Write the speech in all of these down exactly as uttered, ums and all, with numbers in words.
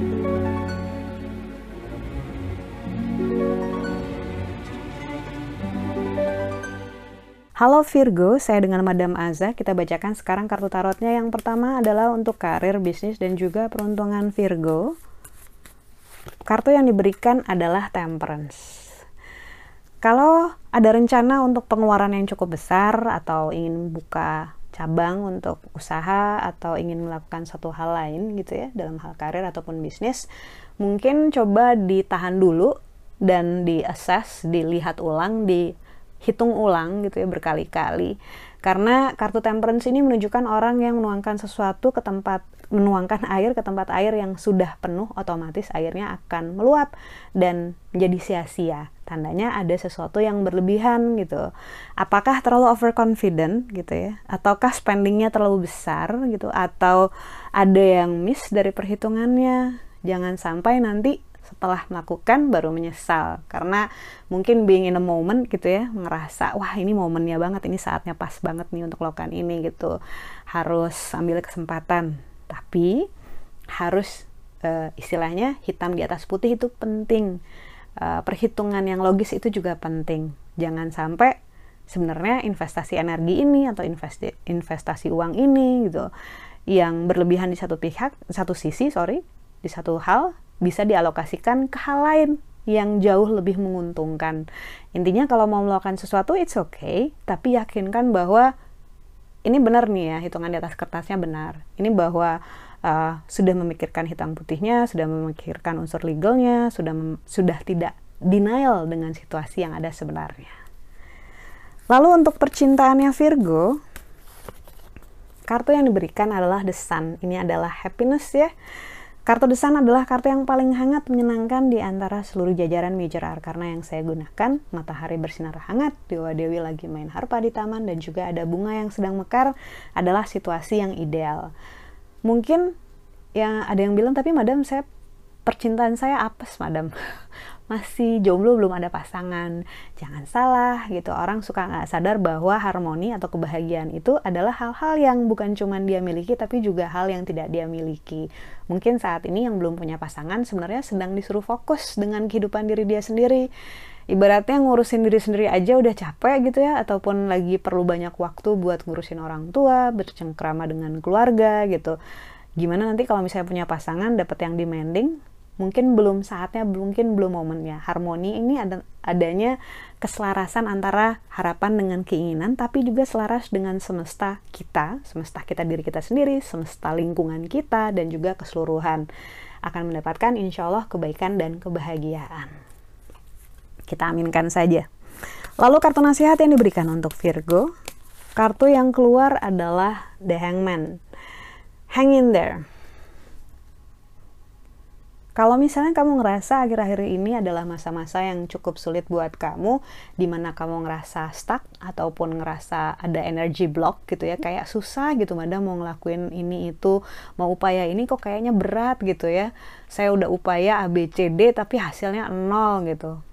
Halo Virgo, saya dengan Madam Aza. Kita bacakan sekarang kartu tarotnya. Yang pertama adalah untuk karir, bisnis, dan juga peruntungan Virgo. Kartu yang diberikan adalah Temperance. Kalau ada rencana untuk pengeluaran yang cukup besar atau ingin buka cabang untuk usaha atau ingin melakukan satu hal lain gitu ya dalam hal karir ataupun bisnis, mungkin coba ditahan dulu dan di-assess, dilihat ulang, di hitung ulang gitu ya berkali-kali, karena kartu Temperance ini menunjukkan orang yang menuangkan sesuatu ke tempat menuangkan air ke tempat air yang sudah penuh, otomatis airnya akan meluap dan menjadi sia-sia. Tandanya ada sesuatu yang berlebihan gitu. Apakah terlalu overconfident gitu ya, ataukah spendingnya terlalu besar gitu, atau ada yang miss dari perhitungannya. Jangan sampai nanti setelah melakukan baru menyesal, karena mungkin being in a moment gitu ya, ngerasa wah ini momennya banget, ini saatnya pas banget nih untuk melakukan ini gitu, harus ambil kesempatan. Tapi harus uh, istilahnya hitam di atas putih itu penting, uh, perhitungan yang logis itu juga penting. Jangan sampai sebenarnya investasi energi ini atau investasi, investasi uang ini gitu yang berlebihan di satu pihak, satu sisi sorry di satu hal, bisa dialokasikan ke hal lain yang jauh lebih menguntungkan. Intinya kalau mau melakukan sesuatu, it's okay, tapi yakinkan bahwa ini benar nih ya, hitungan di atas kertasnya benar. Ini bahwa uh, sudah memikirkan hitam putihnya, sudah memikirkan unsur legalnya, sudah sudah tidak denial dengan situasi yang ada sebenarnya. Lalu untuk percintaannya Virgo, kartu yang diberikan adalah The Sun. Ini adalah happiness ya. Kartu The Sun adalah kartu yang paling hangat menyenangkan di antara seluruh jajaran major arcana yang saya gunakan. Matahari bersinar hangat, dewa-dewi lagi main harpa di taman, dan juga ada bunga yang sedang mekar, adalah situasi yang ideal. Mungkin ya ada yang bilang, tapi madam saya percintaan saya apes madam. Masih jomblo, belum ada pasangan. Jangan salah gitu, orang suka nggak sadar bahwa harmoni atau kebahagiaan itu adalah hal-hal yang bukan cuma dia miliki, tapi juga hal yang tidak dia miliki. Mungkin saat ini yang belum punya pasangan sebenarnya sedang disuruh fokus dengan kehidupan diri dia sendiri. Ibaratnya ngurusin diri sendiri aja udah capek gitu ya, ataupun lagi perlu banyak waktu buat ngurusin orang tua, bercengkrama dengan keluarga gitu. Gimana nanti kalau misalnya punya pasangan, dapet yang demanding? Mungkin belum saatnya, mungkin belum momennya. Harmoni ini ada, adanya keselarasan antara harapan dengan keinginan, tapi juga selaras dengan semesta kita, semesta kita diri kita sendiri, semesta lingkungan kita, dan juga keseluruhan. Akan mendapatkan insya Allah kebaikan dan kebahagiaan. Kita aminkan saja. Lalu kartu nasihat yang diberikan untuk Virgo, kartu yang keluar adalah The Hangman. Hang in there. Kalau misalnya kamu ngerasa akhir-akhir ini adalah masa-masa yang cukup sulit buat kamu, di mana kamu ngerasa stuck ataupun ngerasa ada energy block gitu ya, kayak susah gitu madam mau ngelakuin ini itu, mau upaya ini kok kayaknya berat gitu ya, saya udah upaya A B C D tapi hasilnya nol gitu.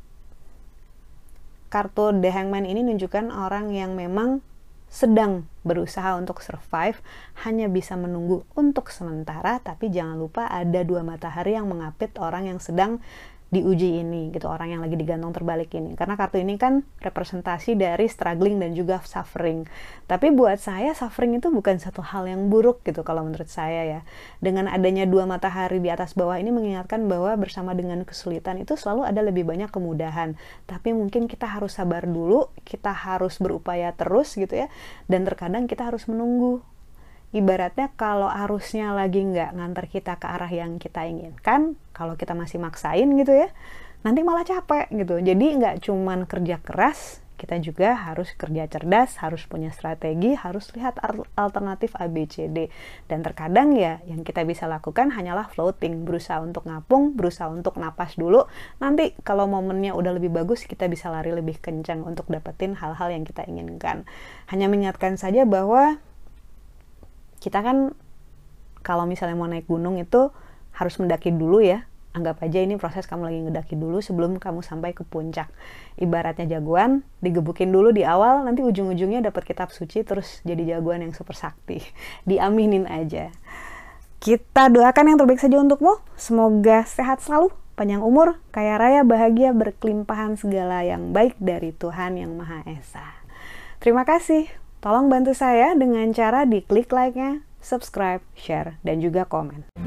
Kartu The Hangman ini nunjukkan orang yang memang sedang berusaha untuk survive, hanya bisa menunggu untuk sementara, tapi jangan lupa ada dua matahari yang mengapit orang yang sedang diuji ini gitu, orang yang lagi digantung terbalik ini, karena kartu ini kan representasi dari struggling dan juga suffering. Tapi buat saya suffering itu bukan satu hal yang buruk gitu kalau menurut saya ya. Dengan adanya dua matahari di atas bawah ini mengingatkan bahwa bersama dengan kesulitan itu selalu ada lebih banyak kemudahan, tapi mungkin kita harus sabar dulu, kita harus berupaya terus gitu ya, dan terkadang kita harus menunggu. Ibaratnya kalau arusnya lagi nggak nganter kita ke arah yang kita inginkan, kalau kita masih maksain gitu ya, nanti malah capek gitu. Jadi nggak cuman kerja keras, kita juga harus kerja cerdas, harus punya strategi, harus lihat alternatif A B C D. Dan terkadang ya yang kita bisa lakukan hanyalah floating, berusaha untuk ngapung, berusaha untuk napas dulu. Nanti kalau momennya udah lebih bagus, kita bisa lari lebih kencang untuk dapetin hal-hal yang kita inginkan. Hanya mengingatkan saja bahwa kita kan kalau misalnya mau naik gunung itu harus mendaki dulu ya. Anggap aja ini proses kamu lagi ngedaki dulu sebelum kamu sampai ke puncak. Ibaratnya jagoan, digebukin dulu di awal, nanti ujung-ujungnya dapat kitab suci terus jadi jagoan yang super sakti. Diaminin aja. Kita doakan yang terbaik saja untukmu. Semoga sehat selalu, panjang umur, kaya raya, bahagia, berkelimpahan segala yang baik dari Tuhan Yang Maha Esa. Terima kasih. Tolong bantu saya dengan cara di klik like-nya, subscribe, share, dan juga komen.